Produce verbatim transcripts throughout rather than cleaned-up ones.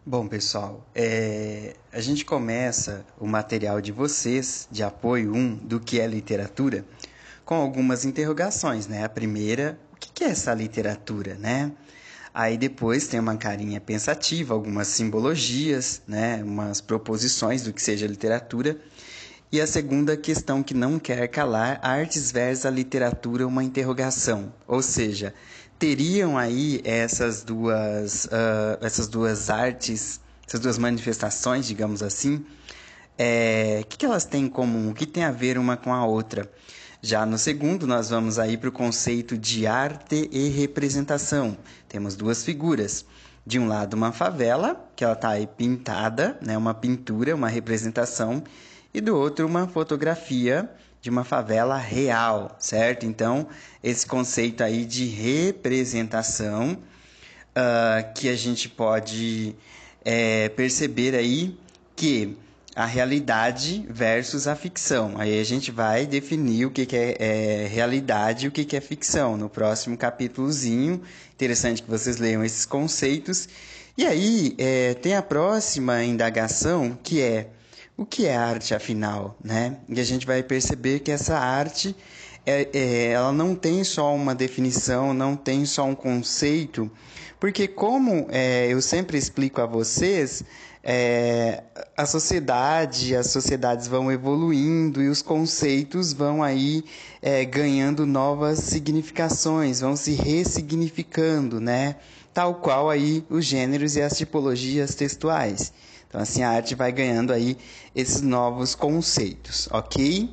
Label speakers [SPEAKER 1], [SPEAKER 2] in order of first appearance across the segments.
[SPEAKER 1] Bom, pessoal, é, a gente começa o material de vocês, de apoio um, do que é literatura, com algumas interrogações, né? A primeira, o que que é essa literatura, né? Aí depois tem uma carinha pensativa, algumas simbologias, né? Umas proposições do que seja literatura. E a segunda questão que não quer calar, artes versus a literatura, uma interrogação. Ou seja, teriam aí essas duas, uh, essas duas artes, essas duas manifestações, digamos assim, é, o que, que elas têm em comum? O que tem a ver uma com a outra? Já no segundo, nós vamos aí para o conceito de arte e representação. Temos duas figuras. De um lado, uma favela, que ela está aí pintada, né, uma pintura, uma representação, e do outro, uma fotografia de uma favela real, certo? Então, esse conceito aí de representação, uh, que a gente pode é, perceber aí que a realidade versus a ficção. Aí a gente vai definir o que, que é, é realidade e o que, que é ficção no próximo capítulozinho. Interessante que vocês leiam esses conceitos. E aí é, tem a próxima indagação, que é o que é arte, afinal, né? E a gente vai perceber que essa arte é, é, ela não tem só uma definição, não tem só um conceito, porque como é, eu sempre explico a vocês, é, a sociedade, as sociedades vão evoluindo e os conceitos vão aí é, ganhando novas significações, vão se ressignificando, né? Tal qual aí os gêneros e as tipologias textuais. Então, assim, a arte vai ganhando aí esses novos conceitos, ok?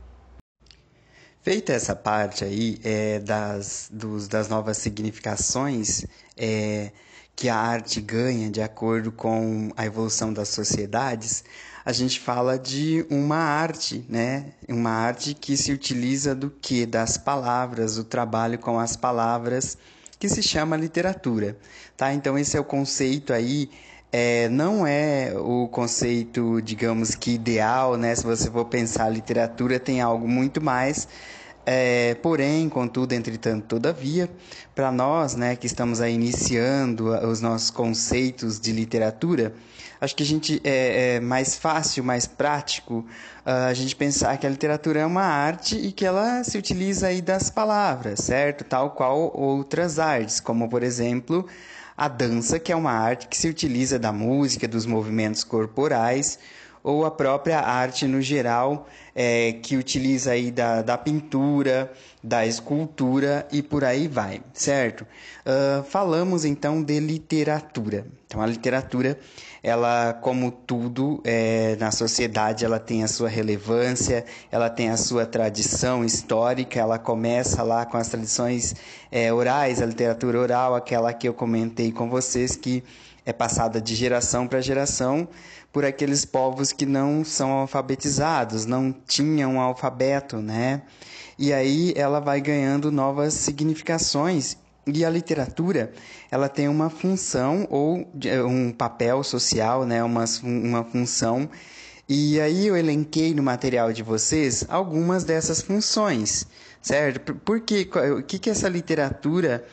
[SPEAKER 1] Feita essa parte aí é, das, dos, das novas significações é, que a arte ganha de acordo com a evolução das sociedades, a gente fala de uma arte, né? Uma arte que se utiliza do que? Das palavras, o trabalho com as palavras, que se chama literatura, tá? Então esse é o conceito aí, é, não é o conceito, digamos que ideal, né? Se você for pensar a literatura, tem algo muito mais. É, porém, contudo, entretanto, todavia, para nós, né, que estamos aí iniciando os nossos conceitos de literatura, acho que a gente é, é mais fácil, mais prático uh, a gente pensar que a literatura é uma arte e que ela se utiliza aí das palavras, certo? Tal qual outras artes, como por exemplo a dança, que é uma arte que se utiliza da música, dos movimentos corporais, ou a própria arte no geral, é, que utiliza aí da, da pintura, da escultura e por aí vai, certo? Uh, falamos então de literatura. Então a literatura, ela como tudo é, na sociedade, ela tem a sua relevância, ela tem a sua tradição histórica, ela começa lá com as tradições é, orais, a literatura oral, aquela que eu comentei com vocês que é passada de geração para geração por aqueles povos que não são alfabetizados, não tinham alfabeto, né? E aí ela vai ganhando novas significações. E a literatura, ela tem uma função ou um papel social, né? uma, uma função. E aí eu elenquei no material de vocês algumas dessas funções, certo? Por quê? O que, que essa literatura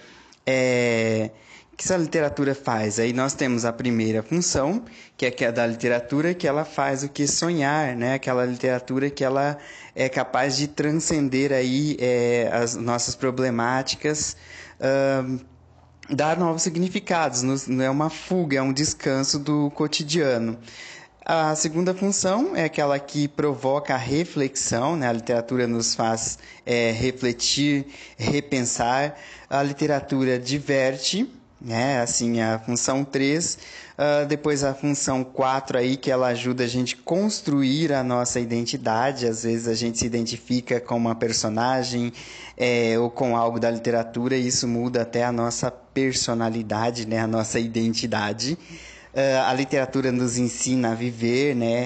[SPEAKER 1] é... O que essa literatura faz? Aí nós temos a primeira função, que é a da literatura, que ela faz o que sonhar, né? Aquela literatura que ela é capaz de transcender aí é, as nossas problemáticas, uh, dar novos significados, não é uma fuga, é um descanso do cotidiano. A segunda função é aquela que provoca a reflexão, né? A literatura nos faz é, refletir, repensar, a literatura diverte, né? Assim, a função três, uh, depois a função quatro aí, que ela ajuda a gente construir a nossa identidade, às vezes a gente se identifica com uma personagem é, ou com algo da literatura e isso muda até a nossa personalidade, né? A nossa identidade. Uh, a literatura nos ensina a viver, né?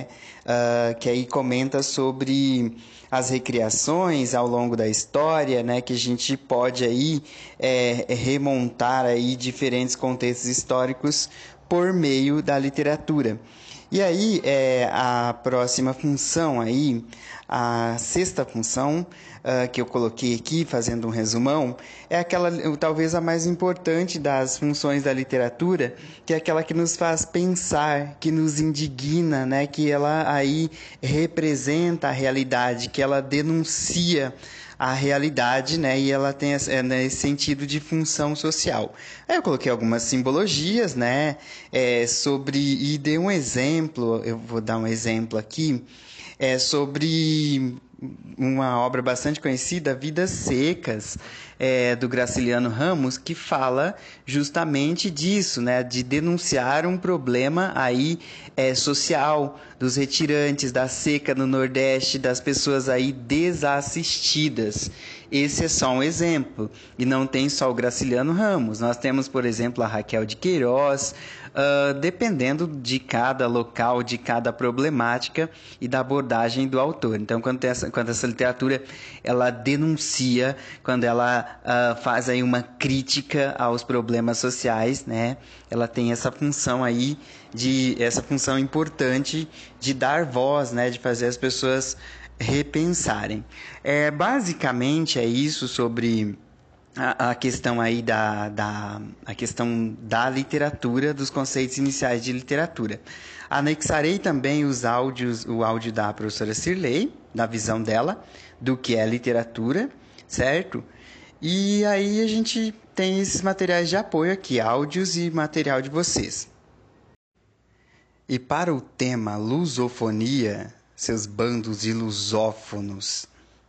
[SPEAKER 1] uh, que aí comenta sobre as recriações ao longo da história, né, que a gente pode aí é, remontar aí diferentes contextos históricos por meio da literatura. E aí, é, a próxima função aí, a sexta função uh, que eu coloquei aqui, fazendo um resumão, é aquela, talvez a mais importante das funções da literatura, que é aquela que nos faz pensar, que nos indigna, né? Que ela aí representa a realidade, que ela denuncia a realidade, né? E ela tem esse, né, esse sentido de função social. Aí eu coloquei algumas simbologias, né? É, sobre e dei um exemplo. Eu vou dar um exemplo aqui. É sobre uma obra bastante conhecida, Vidas Secas, é, do Graciliano Ramos, que fala justamente disso, né, de denunciar um problema aí é, social dos retirantes, da seca no Nordeste, das pessoas aí desassistidas. Esse é só um exemplo, e não tem só o Graciliano Ramos. Nós temos, por exemplo, a Raquel de Queiroz, uh, dependendo de cada local, de cada problemática e da abordagem do autor. Então, quando, essa, quando essa literatura ela denuncia, quando ela uh, faz aí uma crítica aos problemas sociais, né, ela tem essa função aí de essa função importante de dar voz, né, de fazer as pessoas repensarem. É, basicamente é isso sobre a, a questão aí da, da, a questão da literatura, dos conceitos iniciais de literatura. Anexarei também os áudios, o áudio da professora Cirlei, da visão dela, do que é literatura, certo? E aí a gente tem esses materiais de apoio aqui, áudios e material de vocês. E para o tema lusofonia, seus bandos de lusófonos,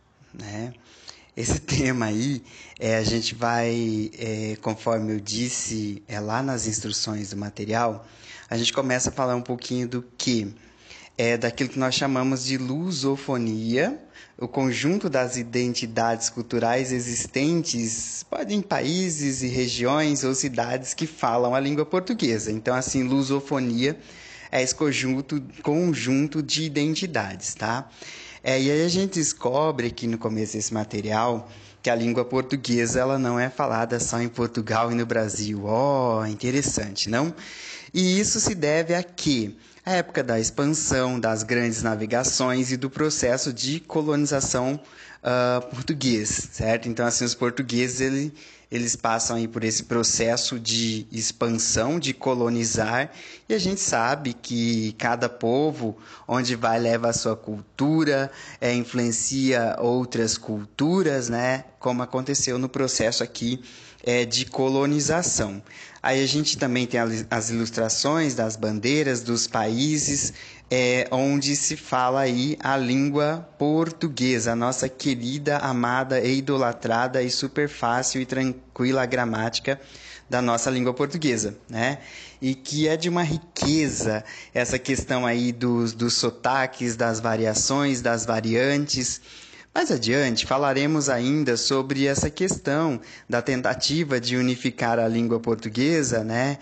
[SPEAKER 1] né? Esse tema aí, é, a gente vai, é, conforme eu disse, é, lá nas instruções do material, a gente começa a falar um pouquinho do que? É daquilo que nós chamamos de lusofonia, o conjunto das identidades culturais existentes, podem em países e regiões ou cidades que falam a língua portuguesa. Então, assim, lusofonia é esse conjunto, conjunto de identidades, tá? É, e aí a gente descobre aqui no começo desse material que a língua portuguesa ela não é falada só em Portugal e no Brasil. Oh, interessante, não? E isso se deve a quê? A época da expansão, das grandes navegações e do processo de colonização uh, português, certo? Então, assim, os portugueses, ele, eles passam aí por esse processo de expansão, de colonizar, e a gente sabe que cada povo, onde vai, leva a sua cultura, é, influencia outras culturas, né? Como aconteceu no processo aqui é, de colonização. Aí a gente também tem as ilustrações das bandeiras dos países é, onde se fala aí a língua portuguesa, a nossa querida, amada e idolatrada e super fácil e tranquila gramática da nossa língua portuguesa, né? E que é de uma riqueza essa questão aí dos, dos sotaques, das variações, das variantes. Mais adiante, falaremos ainda sobre essa questão da tentativa de unificar a língua portuguesa, né,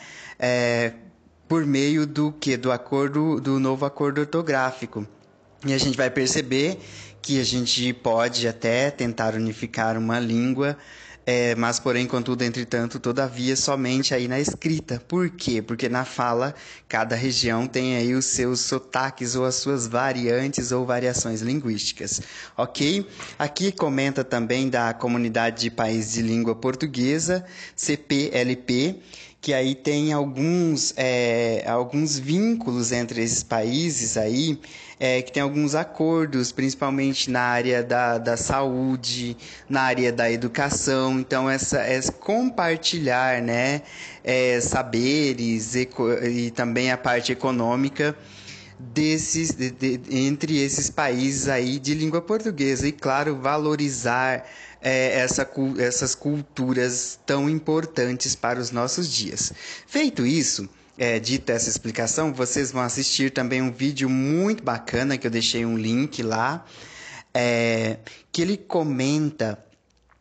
[SPEAKER 1] é, por meio do que do acordo do novo acordo ortográfico. E a gente vai perceber que a gente pode até tentar unificar uma língua, é, mas porém, contudo, entretanto, todavia, somente aí na escrita. Por quê? Porque na fala, cada região tem aí os seus sotaques ou as suas variantes ou variações linguísticas, ok? Aqui comenta também da Comunidade de Países de Língua Portuguesa, C P L P, que aí tem alguns, é, alguns vínculos entre esses países aí, é, que tem alguns acordos, principalmente na área da, da saúde, na área da educação. Então, essa, essa compartilhar, né, é, saberes eco, e também a parte econômica desses, de, de, entre esses países aí de língua portuguesa. E, claro, valorizar É, essa, essas culturas tão importantes para os nossos dias. Feito isso, é, dita essa explicação, vocês vão assistir também um vídeo muito bacana, que eu deixei um link lá, é, que ele comenta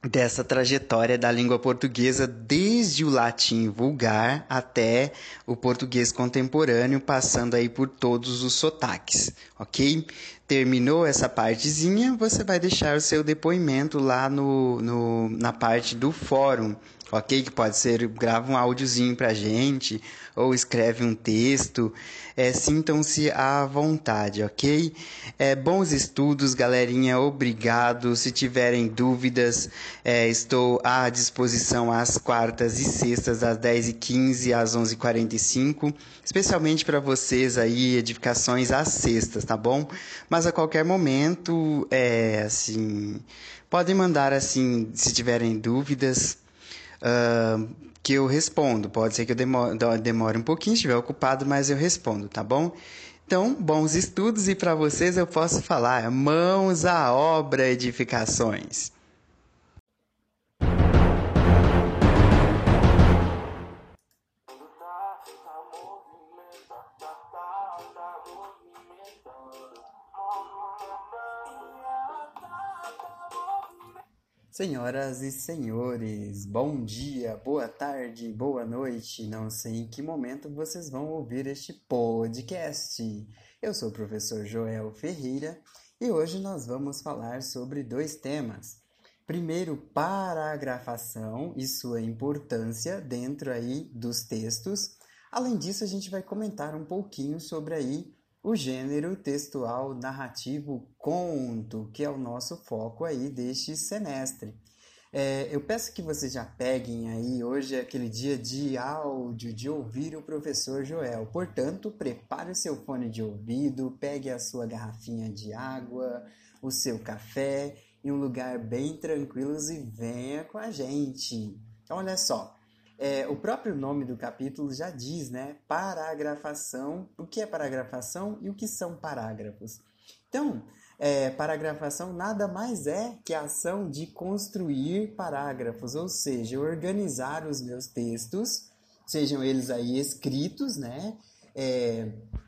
[SPEAKER 1] dessa trajetória da língua portuguesa desde o latim vulgar até o português contemporâneo, passando aí por todos os sotaques, ok? Terminou essa partezinha, você vai deixar o seu depoimento lá no, no, na parte do fórum, ok? Que pode ser, grava um áudiozinho pra gente, ou escreve um texto, é, sintam-se à vontade, ok? É, bons estudos, galerinha, obrigado. Se tiverem dúvidas, é, estou à disposição às quartas e sextas, às dez e quinze, às onze e quarenta e cinco, especialmente para vocês aí, edificações às sextas, tá bom? Mas a qualquer momento, é, assim, podem mandar, assim, se tiverem dúvidas, Uh, que eu respondo. Pode ser que eu demore, demore um pouquinho, se estiver ocupado, mas eu respondo, tá bom? Então, bons estudos e para vocês eu posso falar, mãos à obra, edificações. Senhoras e senhores, bom dia, boa tarde, boa noite. Não sei em que momento vocês vão ouvir este podcast. Eu sou o professor Joel Ferreira e hoje nós vamos falar sobre dois temas. Primeiro, paragrafação e sua importância dentro aí dos textos. Além disso, a gente vai comentar um pouquinho sobre aí o gênero textual narrativo conto, que é o nosso foco aí deste semestre. É, eu peço que vocês já peguem aí, hoje é aquele dia de áudio, de ouvir o professor Joel. Portanto, prepare o seu fone de ouvido, pegue a sua garrafinha de água, o seu café em um lugar bem tranquilo e venha com a gente. Então, olha só. É, o próprio nome do capítulo já diz, né? Paragrafação. O que é paragrafação e o que são parágrafos? Então, é, paragrafação nada mais é que a ação de construir parágrafos, ou seja, organizar os meus textos, sejam eles aí escritos, né? É,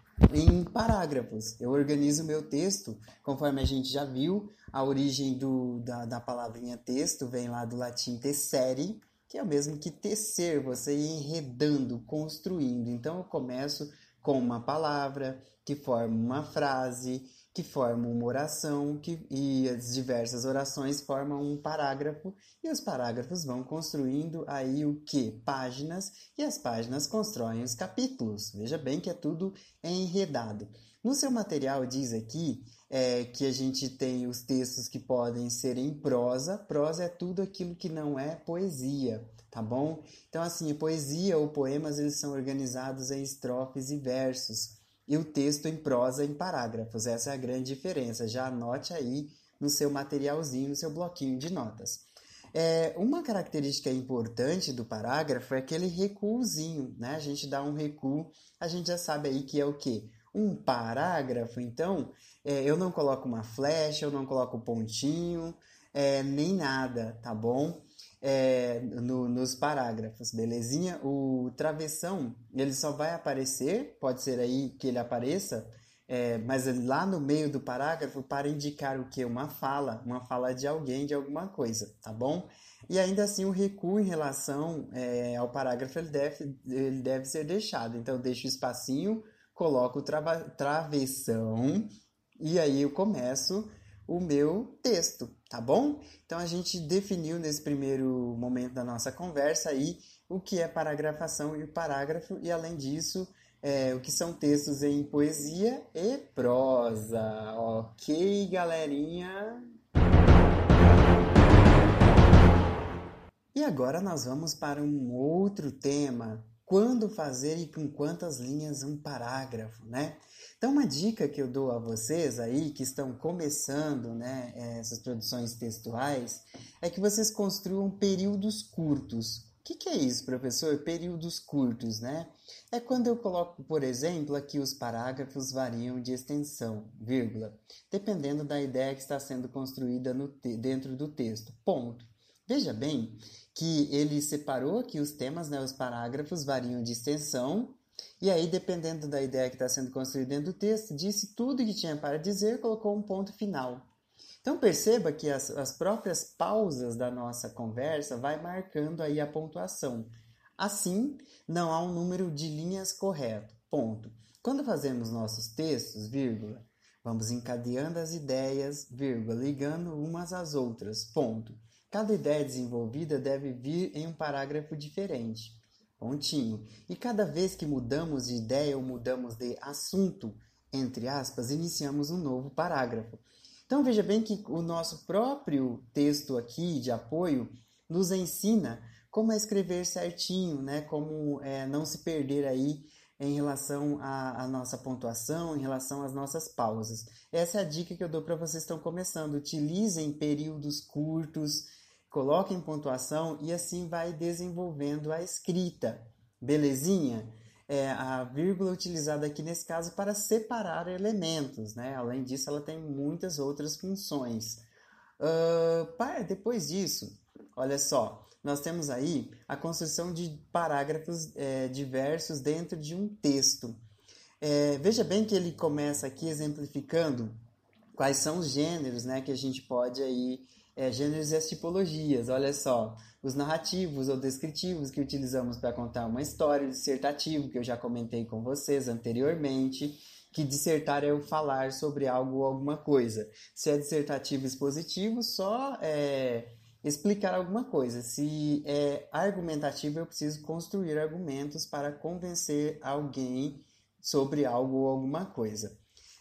[SPEAKER 1] em parágrafos. Eu organizo o meu texto, conforme a gente já viu, a origem do, da, da palavrinha texto vem lá do latim tessere, que é o mesmo que tecer, você ir enredando, construindo. Então, eu começo com uma palavra que forma uma frase, que forma uma oração, que, e as diversas orações formam um parágrafo, e os parágrafos vão construindo aí o quê? Páginas, e as páginas constroem os capítulos. Veja bem que é tudo enredado. No seu material diz aqui é, que a gente tem os textos que podem ser em prosa. Prosa é tudo aquilo que não é poesia, tá bom? Então, assim, poesia ou poemas, eles são organizados em estrofes e versos. E o texto em prosa em parágrafos. Essa é a grande diferença. Já anote aí no seu materialzinho, no seu bloquinho de notas. É, uma característica importante do parágrafo é aquele recuozinho, né? A gente dá um recuo, a gente já sabe aí que é o quê? Um parágrafo, então, é, eu não coloco uma flecha, eu não coloco pontinho, é, nem nada, tá bom? É, no, nos parágrafos, belezinha? O travessão, ele só vai aparecer, pode ser aí que ele apareça, é, mas lá no meio do parágrafo para indicar o que? Uma fala, uma fala de alguém, de alguma coisa, tá bom? E ainda assim o recuo em relação é, ao parágrafo ele deve, ele deve ser deixado, então eu deixo o espacinho, coloco o trava, travessão e aí eu começo o meu texto, tá bom? Então a gente definiu nesse primeiro momento da nossa conversa aí o que é paragrafação e parágrafo, e além disso, é, o que são textos em poesia e prosa. Ok, galerinha? E agora nós vamos para um outro tema. Quando fazer e com quantas linhas um parágrafo, né? Então, uma dica que eu dou a vocês aí, que estão começando, né, essas produções textuais, é que vocês construam períodos curtos. O que, que é isso, professor? Períodos curtos, né? É quando eu coloco, por exemplo, aqui os parágrafos variam de extensão, vírgula, dependendo da ideia que está sendo construída no te- dentro do texto, ponto. Veja bem que ele separou aqui os temas, né, os parágrafos variam de extensão, e aí, dependendo da ideia que está sendo construída dentro do texto, disse tudo que tinha para dizer, colocou um ponto final. Então perceba que as, as próprias pausas da nossa conversa vai marcando aí a pontuação. Assim, não há um número de linhas correto. Ponto. Quando fazemos nossos textos, vírgula, vamos encadeando as ideias, vírgula, ligando umas às outras. Ponto. Cada ideia desenvolvida deve vir em um parágrafo diferente. Pontinho. E cada vez que mudamos de ideia ou mudamos de assunto, entre aspas, iniciamos um novo parágrafo. Então veja bem que o nosso próprio texto aqui de apoio nos ensina como é escrever certinho, né? Como é, não se perder aí em relação à, à nossa pontuação, em relação às nossas pausas. Essa é a dica que eu dou para vocês que estão começando. Utilizem períodos curtos, coloquem pontuação e assim vai desenvolvendo a escrita. Belezinha? É a vírgula utilizada aqui nesse caso para separar elementos, né? Além disso, ela tem muitas outras funções. Uh, depois disso, olha só, nós temos aí a construção de parágrafos é, diversos dentro de um texto. É, veja bem que ele começa aqui exemplificando quais são os gêneros, né, que a gente pode aí, é, gêneros e as tipologias. Olha só, os narrativos ou descritivos que utilizamos para contar uma história, o dissertativo, que eu já comentei com vocês anteriormente, que dissertar é eu falar sobre algo ou alguma coisa. Se é dissertativo expositivo, só é, explicar alguma coisa. Se é argumentativo, eu preciso construir argumentos para convencer alguém sobre algo ou alguma coisa.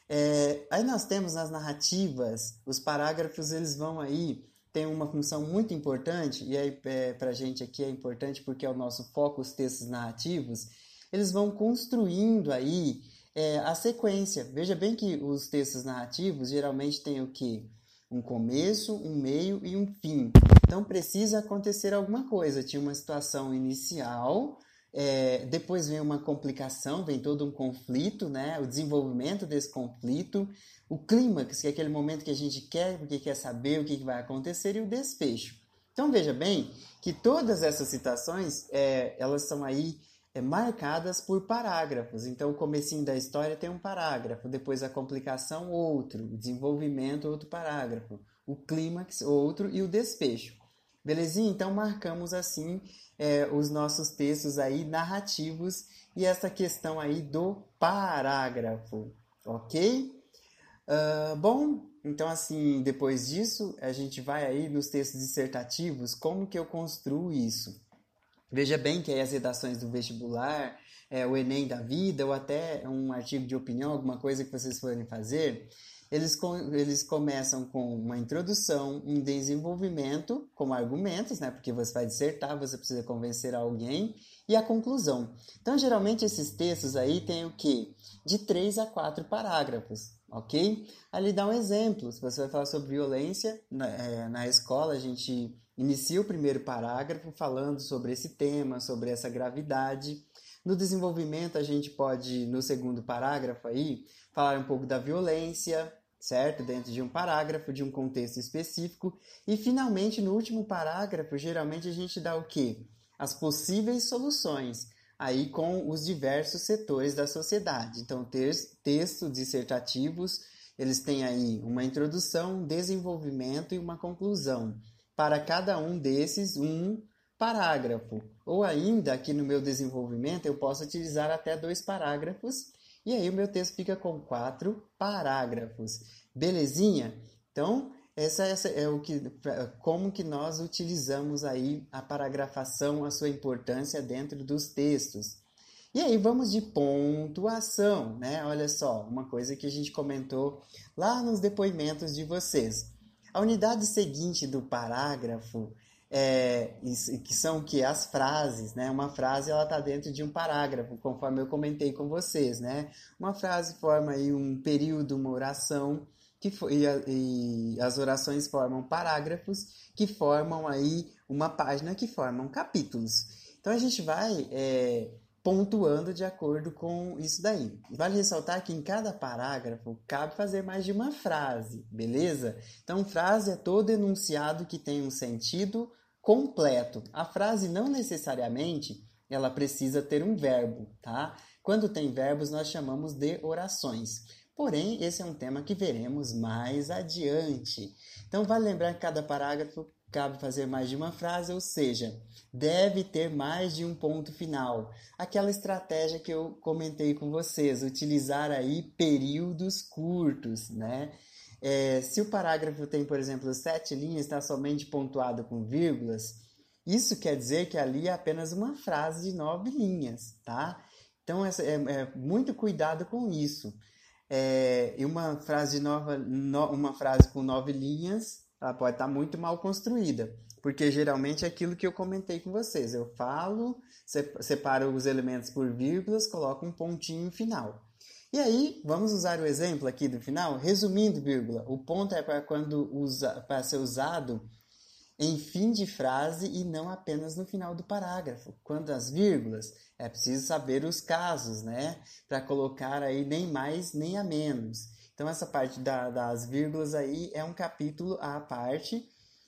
[SPEAKER 1] É, aí nós temos nas narrativas, os parágrafos eles vão aí, tem uma função muito importante, e aí é, para a gente aqui é importante porque é o nosso foco, os textos narrativos, eles vão construindo aí é, a sequência. Veja bem que os textos narrativos geralmente têm o quê? Um começo, um meio e um fim. Então precisa acontecer alguma coisa. Tinha uma situação inicial, é, depois vem uma complicação, vem todo um conflito, né? O desenvolvimento desse conflito, o clímax, que é aquele momento que a gente quer, porque quer saber o que vai acontecer, e o desfecho. Então veja bem que todas essas citações, é, elas são aí é, marcadas por parágrafos. Então o comecinho da história tem um parágrafo, depois a complicação outro, o desenvolvimento outro parágrafo, o clímax outro e o desfecho. Belezinha? Então marcamos assim é, os nossos textos aí narrativos e essa questão aí do parágrafo, ok? Uh, bom, então assim, depois disso a gente vai aí nos textos dissertativos, como que eu construo isso? Veja bem que aí as redações do vestibular, é, o Enem da vida ou até um artigo de opinião, alguma coisa que vocês forem fazer, Eles, com, eles começam com uma introdução, um desenvolvimento, como argumentos, né? Porque você vai dissertar, você precisa convencer alguém, e a conclusão. Então, geralmente, esses textos aí têm o quê? De três a quatro parágrafos, ok? Ali dá um exemplo. Se você vai falar sobre violência, na, é, na escola a gente inicia o primeiro parágrafo falando sobre esse tema, sobre essa gravidade. No desenvolvimento, a gente pode, no segundo parágrafo aí, falar um pouco da violência, certo? Dentro de um parágrafo, de um contexto específico. E, finalmente, no último parágrafo, geralmente a gente dá o quê? As possíveis soluções, aí com os diversos setores da sociedade. Então, textos dissertativos, eles têm aí uma introdução, um desenvolvimento e uma conclusão. Para cada um desses, um parágrafo. Ou ainda, aqui no meu desenvolvimento, eu posso utilizar até dois parágrafos, e aí o meu texto fica com quatro parágrafos. Belezinha? Então, essa, essa é o que, como que nós utilizamos aí a paragrafação, a sua importância dentro dos textos. E aí vamos de pontuação, né? Olha só, uma coisa que a gente comentou lá nos depoimentos de vocês. A unidade seguinte do parágrafo, É, que são que as frases, né? Uma frase ela está dentro de um parágrafo, conforme eu comentei com vocês, né? Uma frase forma aí um período, uma oração, que foi, e, a, e as orações formam parágrafos, que formam aí uma página, que formam capítulos. Então a gente vai é, pontuando de acordo com isso daí. Vale ressaltar que em cada parágrafo cabe fazer mais de uma frase, beleza? Então frase é todo enunciado que tem um sentido completo. A frase não necessariamente ela precisa ter um verbo, tá? Quando tem verbos nós chamamos de orações. Porém, esse é um tema que veremos mais adiante. Então, vale lembrar que cada parágrafo cabe fazer mais de uma frase, ou seja, deve ter mais de um ponto final. Aquela estratégia que eu comentei com vocês, utilizar aí períodos curtos, né? É, se o parágrafo tem, por exemplo, sete linhas, está somente pontuado com vírgulas, isso quer dizer que ali é apenas uma frase de nove linhas, tá? Então, é, é muito cuidado com isso. É, e uma frase, de nova, no, uma frase com nove linhas, ela pode estar muito mal construída, porque geralmente é aquilo que eu comentei com vocês. Eu falo, separo os elementos por vírgulas, coloco um pontinho final. E aí, vamos usar o exemplo aqui do final? Resumindo, vírgula, o ponto é para quando usa, para ser usado em fim de frase e não apenas no final do parágrafo. Quanto às vírgulas, é preciso saber os casos, né? Para colocar aí nem mais nem a menos. Então, essa parte da, das vírgulas aí é um capítulo à parte,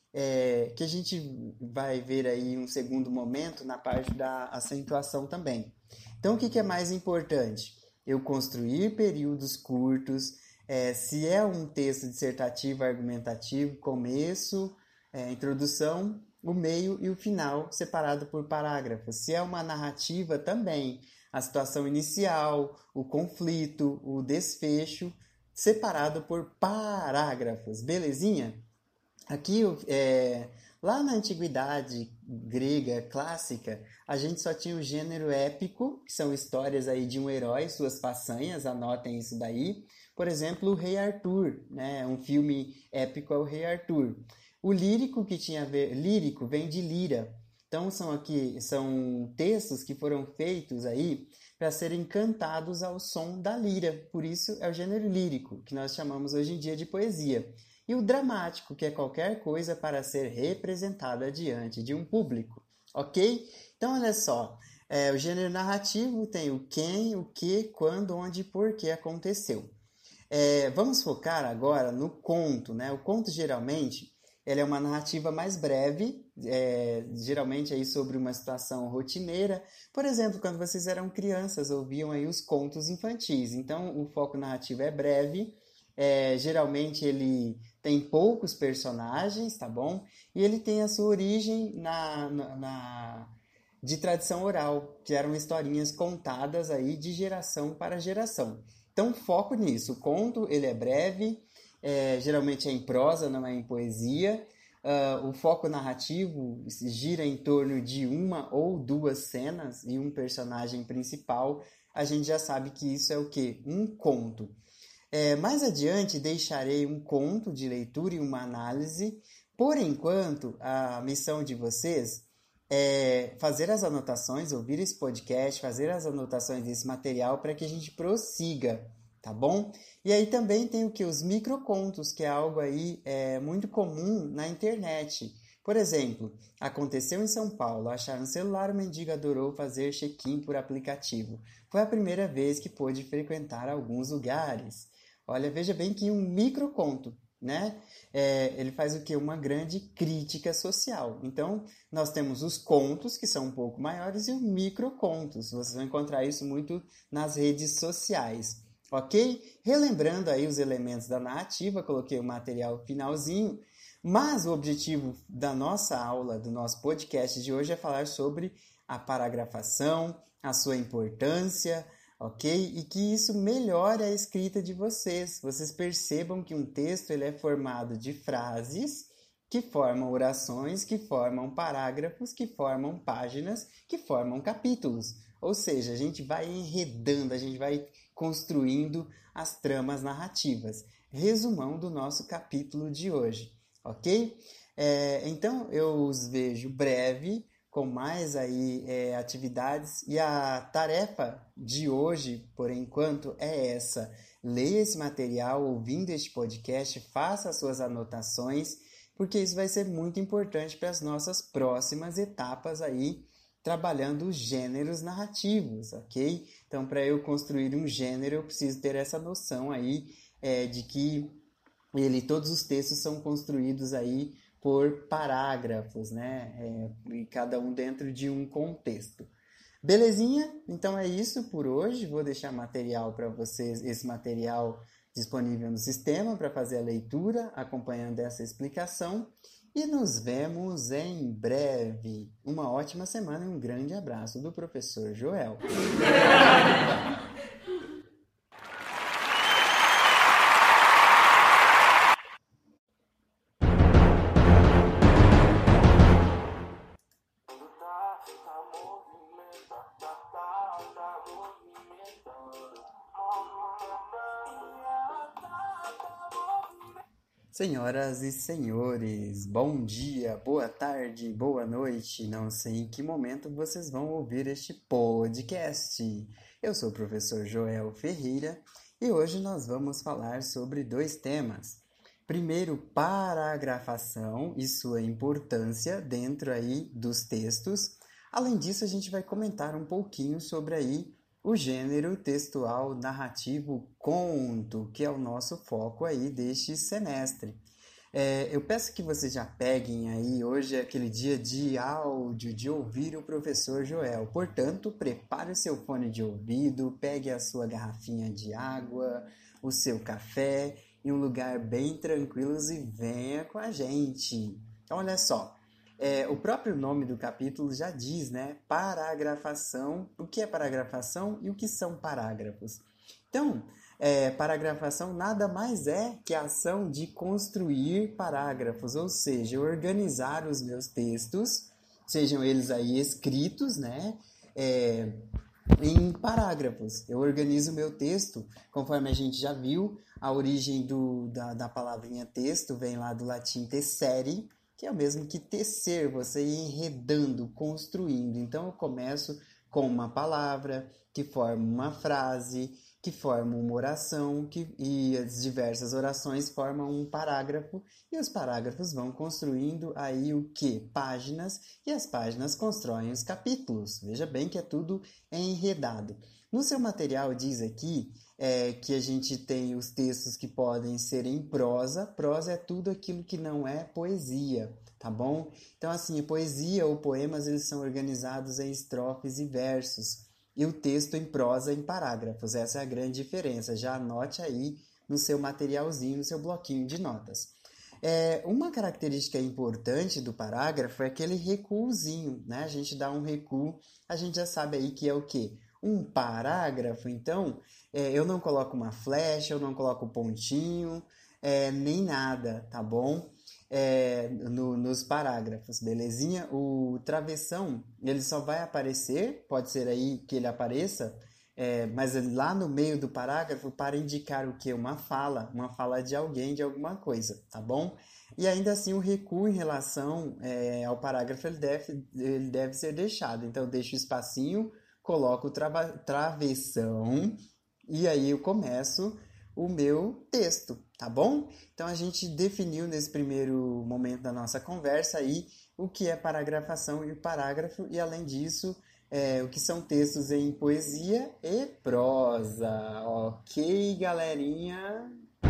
[SPEAKER 1] é, que a gente vai ver aí um segundo momento na parte da acentuação também. Então, o que, que é mais importante? Eu construir períodos curtos, é, se é um texto dissertativo, argumentativo, começo, é, introdução, o meio e o final separado por parágrafos. Se é uma narrativa também, a situação inicial, o conflito, o desfecho, separado por parágrafos. Belezinha? Aqui, é, lá na antiguidade grega clássica, a gente só tinha o gênero épico, que são histórias aí de um herói, suas façanhas, anotem isso daí. Por exemplo, o Rei Arthur, né? Um filme épico é o Rei Arthur. O lírico que tinha a ver, lírico vem de lira. Então são aqui são textos que foram feitos aí para serem cantados ao som da lira. Por isso é o gênero lírico, que nós chamamos hoje em dia de poesia. E o dramático, que é qualquer coisa para ser representada diante de um público, ok? Então, olha só, é, o gênero narrativo tem o quem, o que, quando, onde e por que aconteceu. É, vamos focar agora no conto, né? O conto, geralmente, ele é uma narrativa mais breve, é, geralmente aí sobre uma situação rotineira. Por exemplo, quando vocês eram crianças, ouviam aí os contos infantis. Então, o foco narrativo é breve, é, geralmente ele tem poucos personagens, tá bom? E ele tem a sua origem na, na, na, de tradição oral, que eram historinhas contadas aí de geração para geração. Então, foco nisso. O conto, ele é breve, é, geralmente é em prosa, não é em poesia. Uh, o foco narrativo gira em torno de uma ou duas cenas e um personagem principal. A gente já sabe que isso é o quê? Um conto. É, mais adiante deixarei um conto de leitura e uma análise. Por enquanto, a missão de vocês é fazer as anotações, ouvir esse podcast, fazer as anotações desse material para que a gente prossiga, tá bom? E aí também tem o que? Os microcontos, que é algo aí é, muito comum na internet. Por exemplo, aconteceu em São Paulo, acharam um celular, o mendigo adorou fazer check-in por aplicativo. Foi a primeira vez que pôde frequentar alguns lugares. Olha, veja bem que um microconto, né? É, ele faz o quê? Uma grande crítica social. Então, nós temos os contos, que são um pouco maiores, e os microcontos. Vocês vão encontrar isso muito nas redes sociais, ok? Relembrando aí os elementos da narrativa, coloquei o material finalzinho, mas o objetivo da nossa aula, do nosso podcast de hoje é falar sobre a paragrafação, a sua importância, ok? E que isso melhore a escrita de vocês. Vocês percebam que um texto ele é formado de frases que formam orações, que formam parágrafos, que formam páginas, que formam capítulos. Ou seja, a gente vai enredando, a gente vai construindo as tramas narrativas. Resumão do nosso capítulo de hoje, ok? É, então, eu os vejo breve, com mais aí é, atividades, e a tarefa de hoje, por enquanto, é essa. Leia esse material, ouvindo este podcast, faça as suas anotações, porque isso vai ser muito importante para as nossas próximas etapas aí, trabalhando os gêneros narrativos, ok? Então, para eu construir um gênero, eu preciso ter essa noção aí é, de que ele, todos os textos são construídos aí por parágrafos, né? É, e cada um dentro de um contexto. Belezinha? Então é isso por hoje. Vou deixar material para vocês, esse material disponível no sistema para fazer a leitura, acompanhando essa explicação. E nos vemos em breve. Uma ótima semana e um grande abraço do professor Joel. Senhoras e senhores, bom dia, boa tarde, boa noite. Não sei em que momento vocês vão ouvir este podcast. Eu sou o professor Joel Ferreira e hoje nós vamos falar sobre dois temas. Primeiro, paragrafação e sua importância dentro aí dos textos. Além disso, a gente vai comentar um pouquinho sobre aí o gênero textual narrativo conto, que é o nosso foco aí deste semestre. É, eu peço que vocês já peguem aí, hoje é aquele dia de áudio, de ouvir o professor Joel. Portanto, prepare o seu fone de ouvido, pegue a sua garrafinha de água, o seu café, em um lugar bem tranquilo e venha com a gente. Olha só. É, o próprio nome do capítulo já diz, né? Paragrafação. O que é paragrafação e o que são parágrafos? Então, é, paragrafação nada mais é que a ação de construir parágrafos, ou seja, organizar os meus textos, sejam eles aí escritos, né? É, em parágrafos. Eu organizo o meu texto, conforme a gente já viu, a origem do, da, da palavrinha texto vem lá do latim tessere, que é o mesmo que tecer, você ir enredando, construindo. Então, eu começo com uma palavra que forma uma frase, que forma uma oração, que, e as diversas orações formam um parágrafo, e os parágrafos vão construindo aí o quê? Páginas, e as páginas constroem os capítulos. Veja bem que é tudo enredado. No seu material diz aqui é, que a gente tem os textos que podem ser em prosa. Prosa é tudo aquilo que não é poesia, tá bom? Então, assim, poesia ou poemas, eles são organizados em estrofes e versos. E o texto em prosa em parágrafos. Essa é a grande diferença. Já anote aí no seu materialzinho, no seu bloquinho de notas. É, uma característica importante do parágrafo é aquele recuozinho, né? A gente dá um recuo, a gente já sabe aí que é o quê? Um parágrafo, então, é, eu não coloco uma flecha, eu não coloco pontinho, é, nem nada, tá bom? É, no, nos parágrafos, belezinha? O travessão, ele só vai aparecer, pode ser aí que ele apareça, é, mas lá no meio do parágrafo para indicar o que? Uma fala, uma fala de alguém, de alguma coisa, tá bom? E ainda assim o recuo em relação é, ao parágrafo ele deve, ele deve ser deixado, então eu deixo o espacinho, coloco o trava- travessão e aí eu começo o meu texto, tá bom? Então a gente definiu nesse primeiro momento da nossa conversa aí o que é paragrafação e parágrafo e além disso é, o que são textos em poesia e prosa, ok, galerinha?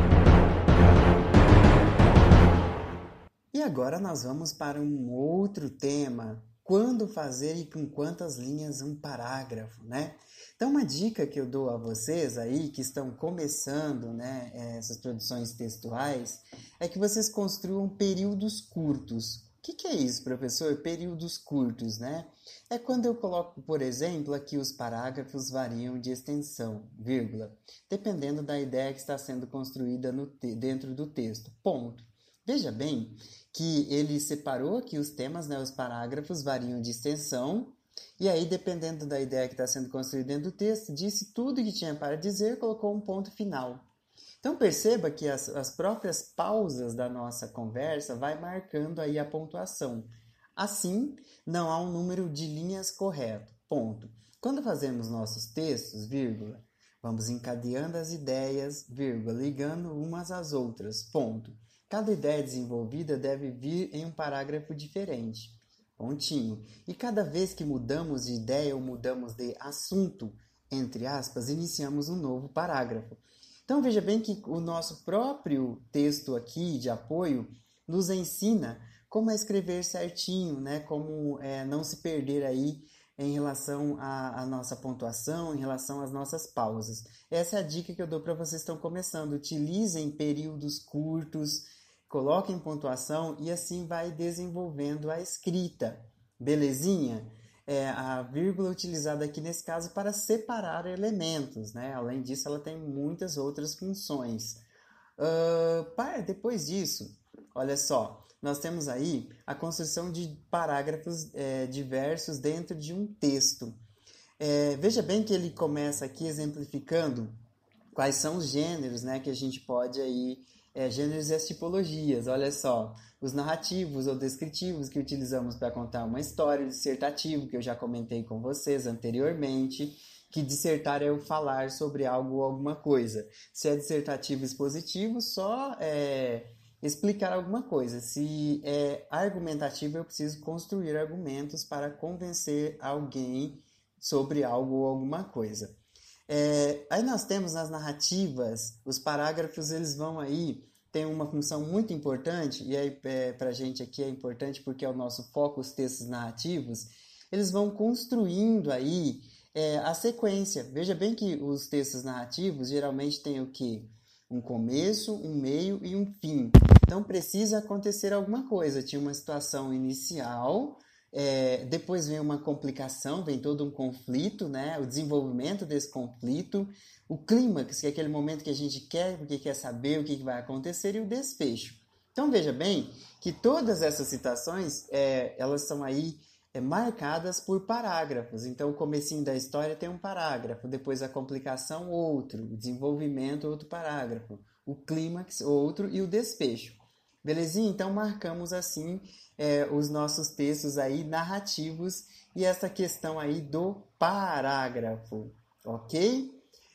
[SPEAKER 1] E agora nós vamos para um outro tema. Quando fazer e com quantas linhas um parágrafo, né? Então, uma dica que eu dou a vocês aí, que estão começando, né, essas produções textuais, é que vocês construam períodos curtos. O que, que é isso, professor? Períodos curtos, né? É quando eu coloco, por exemplo, aqui os parágrafos variam de extensão, vírgula, dependendo da ideia que está sendo construída no te- dentro do texto, ponto. Veja bem que ele separou aqui os temas, né? Os parágrafos variam de extensão, e aí, dependendo da ideia que está sendo construída dentro do texto, disse tudo que tinha para dizer, colocou um ponto final. Então, perceba que as, as próprias pausas da nossa conversa vai marcando aí a pontuação. Assim, não há um número de linhas correto, ponto. Quando fazemos nossos textos, vírgula, vamos encadeando as ideias, vírgula, ligando umas às outras, ponto. Cada ideia desenvolvida deve vir em um parágrafo diferente, pontinho. E cada vez que mudamos de ideia ou mudamos de assunto, entre aspas, iniciamos um novo parágrafo. Então veja bem que o nosso próprio texto aqui de apoio nos ensina como é escrever certinho, né? Como é, não se perder aí em relação à, à nossa pontuação, em relação às nossas pausas. Essa é a dica que eu dou para vocês que estão começando. Utilizem períodos curtos, coloquem pontuação e assim vai desenvolvendo a escrita. Belezinha? É a vírgula utilizada aqui nesse caso para separar elementos, né? Além disso, ela tem muitas outras funções. Uh, depois disso, olha só, nós temos aí a construção de parágrafos é, diversos dentro de um texto. É, veja bem que ele começa aqui exemplificando quais são os gêneros, né, que a gente pode aí, é, gêneros e as tipologias. Olha só, os narrativos ou descritivos que utilizamos para contar uma história, o dissertativo, que eu já comentei com vocês anteriormente, que dissertar é o falar sobre algo ou alguma coisa. Se é dissertativo expositivo, só é, explicar alguma coisa. Se é argumentativo, eu preciso construir argumentos para convencer alguém sobre algo ou alguma coisa. É, aí nós temos nas narrativas, os parágrafos eles vão aí, tem uma função muito importante, e aí é, para a gente aqui é importante porque é o nosso foco, os textos narrativos, eles vão construindo aí é, a sequência. Veja bem que os textos narrativos geralmente têm o quê? Um começo, um meio e um fim. Então precisa acontecer alguma coisa. Tinha uma situação inicial, é, depois vem uma complicação, vem todo um conflito, né? O desenvolvimento desse conflito, o clímax, que é aquele momento que a gente quer, porque quer saber o que vai acontecer, e o desfecho. Então veja bem que todas essas citações, é, elas são aí é, marcadas por parágrafos. Então o comecinho da história tem um parágrafo, depois a complicação outro, o desenvolvimento outro parágrafo, o clímax outro e o desfecho. Belezinha? Então marcamos assim é, os nossos textos aí narrativos e essa questão aí do parágrafo, ok?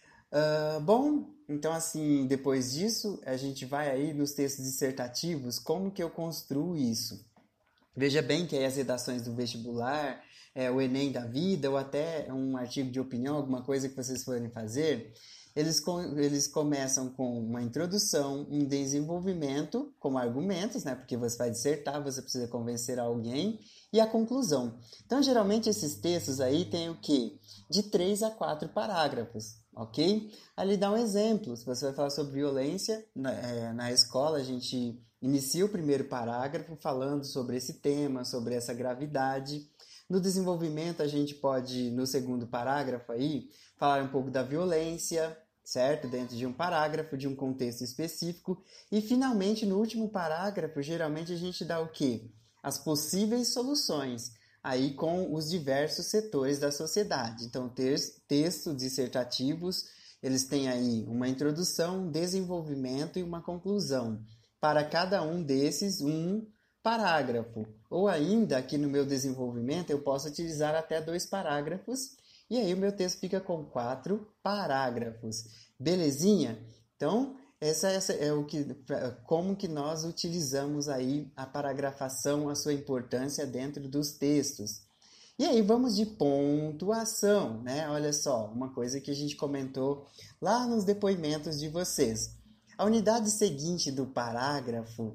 [SPEAKER 1] Uh, bom, então assim, depois disso a gente vai aí nos textos dissertativos, como que eu construo isso? Veja bem que aí as redações do vestibular, é, o Enem da vida ou até um artigo de opinião, alguma coisa que vocês forem fazer, Eles, com, eles começam com uma introdução, um desenvolvimento, como argumentos, né? Porque você vai dissertar, você precisa convencer alguém, e a conclusão. Então, geralmente, esses textos aí têm o quê? De três a quatro parágrafos, ok? Ali dá um exemplo. Se você vai falar sobre violência, na, é, na escola a gente inicia o primeiro parágrafo falando sobre esse tema, sobre essa gravidade. No desenvolvimento, a gente pode, no segundo parágrafo aí, falar um pouco da violência, certo? Dentro de um parágrafo, de um contexto específico. E, finalmente, no último parágrafo, geralmente a gente dá o quê? As possíveis soluções, aí com os diversos setores da sociedade. Então, textos dissertativos, eles têm aí uma introdução, um desenvolvimento e uma conclusão. Para cada um desses, um parágrafo. Ou ainda, aqui no meu desenvolvimento, eu posso utilizar até dois parágrafos, e aí o meu texto fica com quatro parágrafos. Belezinha? Então, essa, essa é o que, como que nós utilizamos aí a paragrafação, a sua importância dentro dos textos. E aí vamos de pontuação, né? Olha só, uma coisa que a gente comentou lá nos depoimentos de vocês. A unidade seguinte do parágrafo,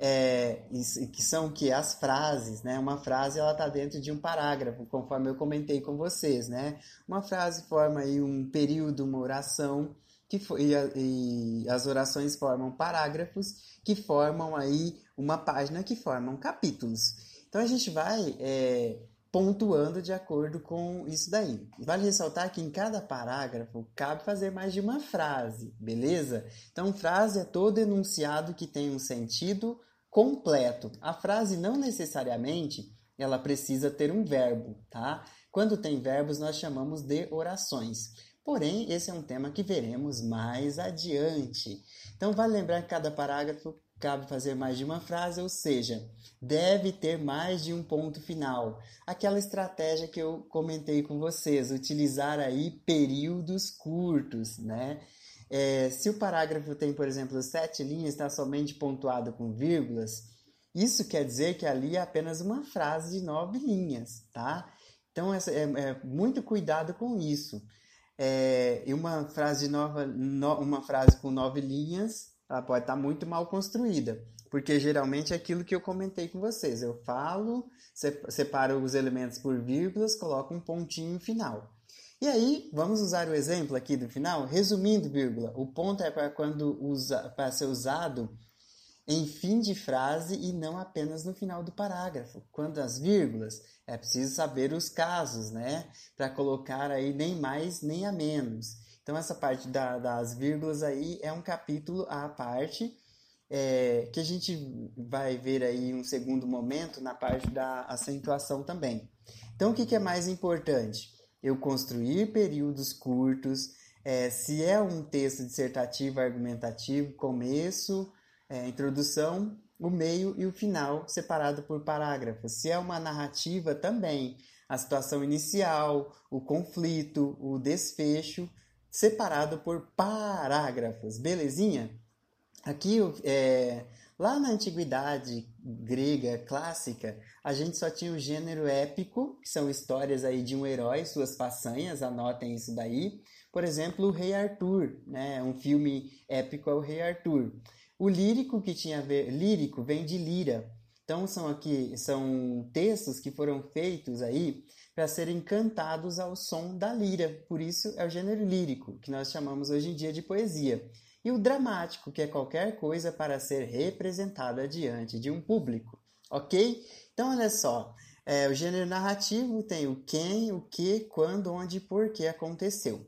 [SPEAKER 1] é, que são que as frases, né? Uma frase ela está dentro de um parágrafo, conforme eu comentei com vocês, né? Uma frase forma aí um período, uma oração, que foi, e, a, e as orações formam parágrafos que formam aí uma página que formam capítulos. Então a gente vai é, pontuando de acordo com isso daí. Vale ressaltar que em cada parágrafo cabe fazer mais de uma frase, beleza? Então frase é todo enunciado que tem um sentido completo. A frase não necessariamente ela precisa ter um verbo, tá? Quando tem verbos nós chamamos de orações. Porém, esse é um tema que veremos mais adiante. Então, vale lembrar que cada parágrafo cabe fazer mais de uma frase, ou seja, deve ter mais de um ponto final. Aquela estratégia que eu comentei com vocês, utilizar aí períodos curtos, né? É, se o parágrafo tem, por exemplo, sete linhas, está somente pontuado com vírgulas, isso quer dizer que ali é apenas uma frase de nove linhas, tá? Então, é, é muito cuidado com isso. É, e uma frase nova, no, uma frase com nove linhas, ela pode estar muito mal construída, porque geralmente é aquilo que eu comentei com vocês. Eu falo, separo os elementos por vírgulas, coloco um pontinho final. E aí, vamos usar o exemplo aqui do final? Resumindo, vírgula, o ponto é para quando usa, para ser usado em fim de frase e não apenas no final do parágrafo. Quando as vírgulas, é preciso saber os casos, né? Para colocar aí nem mais nem a menos. Então, essa parte da, das vírgulas aí é um capítulo à parte, é, que a gente vai ver aí em um segundo momento na parte da acentuação também. Então, o que, que é mais importante? Eu construir períodos curtos, é, se é um texto dissertativo, argumentativo, começo, é, introdução, o meio e o final separado por parágrafos. Se é uma narrativa também, a situação inicial, o conflito, o desfecho, separado por parágrafos, belezinha? Aqui, é, lá na antiguidade grega clássica, a gente só tinha o gênero épico, que são histórias aí de um herói, suas façanhas, anotem isso daí. Por exemplo, o Rei Arthur, né? Um filme épico é o Rei Arthur. O lírico que tinha a ver, lírico vem de lira. Então são aqui são textos que foram feitos aí para serem cantados ao som da lira. Por isso é o gênero lírico, que nós chamamos hoje em dia de poesia. E o dramático, que é qualquer coisa para ser representada diante de um público. Ok? Então, olha só. É, o gênero narrativo tem o quem, o que, quando, onde e por que aconteceu.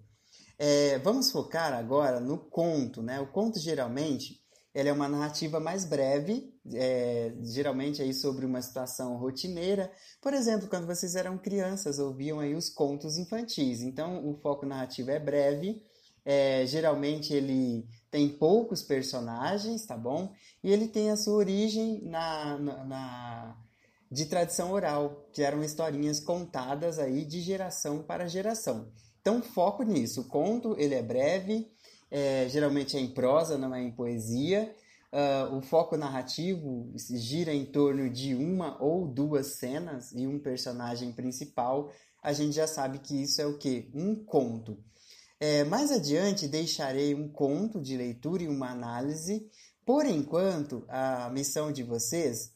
[SPEAKER 1] É, vamos focar agora no conto, né? O conto, geralmente, ele é uma narrativa mais breve, é, geralmente aí sobre uma situação rotineira. Por exemplo, quando vocês eram crianças, ouviam aí os contos infantis. Então, o foco narrativo é breve. É, geralmente ele tem poucos personagens, tá bom? E ele tem a sua origem na, na, na, de tradição oral, que eram historinhas contadas aí de geração para geração. Então, foco nisso. O conto ele é breve, é, geralmente é em prosa, não é em poesia. Uh, o foco narrativo gira em torno de uma ou duas cenas e um personagem principal. A gente já sabe que isso é o quê? Um conto. É, mais adiante deixarei um conto de leitura e uma análise. Por enquanto, a missão de vocês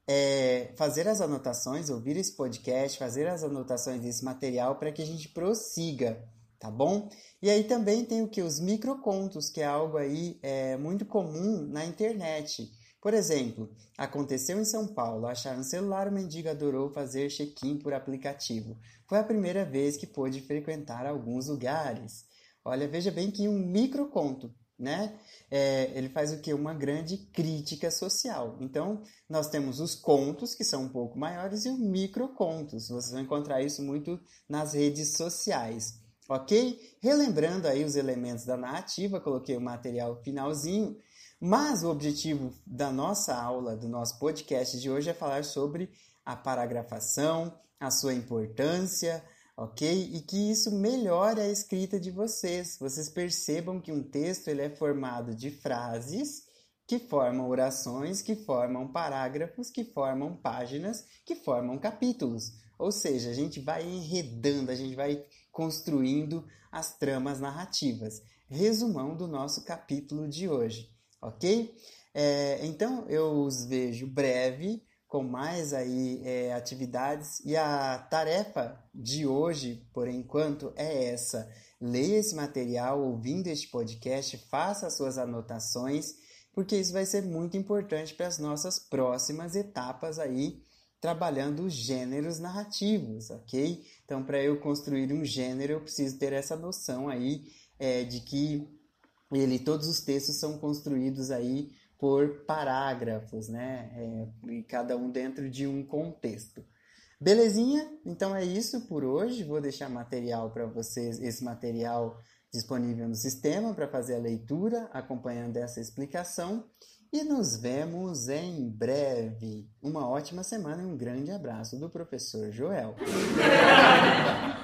[SPEAKER 1] é fazer as anotações, ouvir esse podcast, fazer as anotações desse material para que a gente prossiga, tá bom? E aí também tem o que? Os microcontos, que é algo aí é, muito comum na internet. Por exemplo, aconteceu em São Paulo, acharam um celular, o mendigo adorou fazer check-in por aplicativo. Foi a primeira vez que pôde frequentar alguns lugares. Olha, veja bem que um microconto, né? É, ele faz o quê? Uma grande crítica social. Então, nós temos os contos, que são um pouco maiores, e os microcontos. Vocês vão encontrar isso muito nas redes sociais, ok? Relembrando aí os elementos da narrativa, coloquei o material finalzinho, mas o objetivo da nossa aula, do nosso podcast de hoje é falar sobre a paragrafação, a sua importância, ok? E que isso melhore a escrita de vocês. Vocês percebam que um texto ele é formado de frases que formam orações, que formam parágrafos, que formam páginas, que formam capítulos. Ou seja, a gente vai enredando, a gente vai construindo as tramas narrativas. Resumão do nosso capítulo de hoje, ok? É, então, eu os vejo breve, com mais aí é, atividades, e a tarefa de hoje, por enquanto, é essa. Leia esse material, ouvindo este podcast, faça as suas anotações, porque isso vai ser muito importante para as nossas próximas etapas aí, trabalhando os gêneros narrativos, ok? Então, para eu construir um gênero, eu preciso ter essa noção aí é, de que ele, todos os textos são construídos aí por parágrafos, né? É, e cada um dentro de um contexto. Belezinha? Então é isso por hoje. Vou deixar material para vocês, esse material disponível no sistema para fazer a leitura, acompanhando essa explicação. E nos vemos em breve. Uma ótima semana e um grande abraço do professor Joel.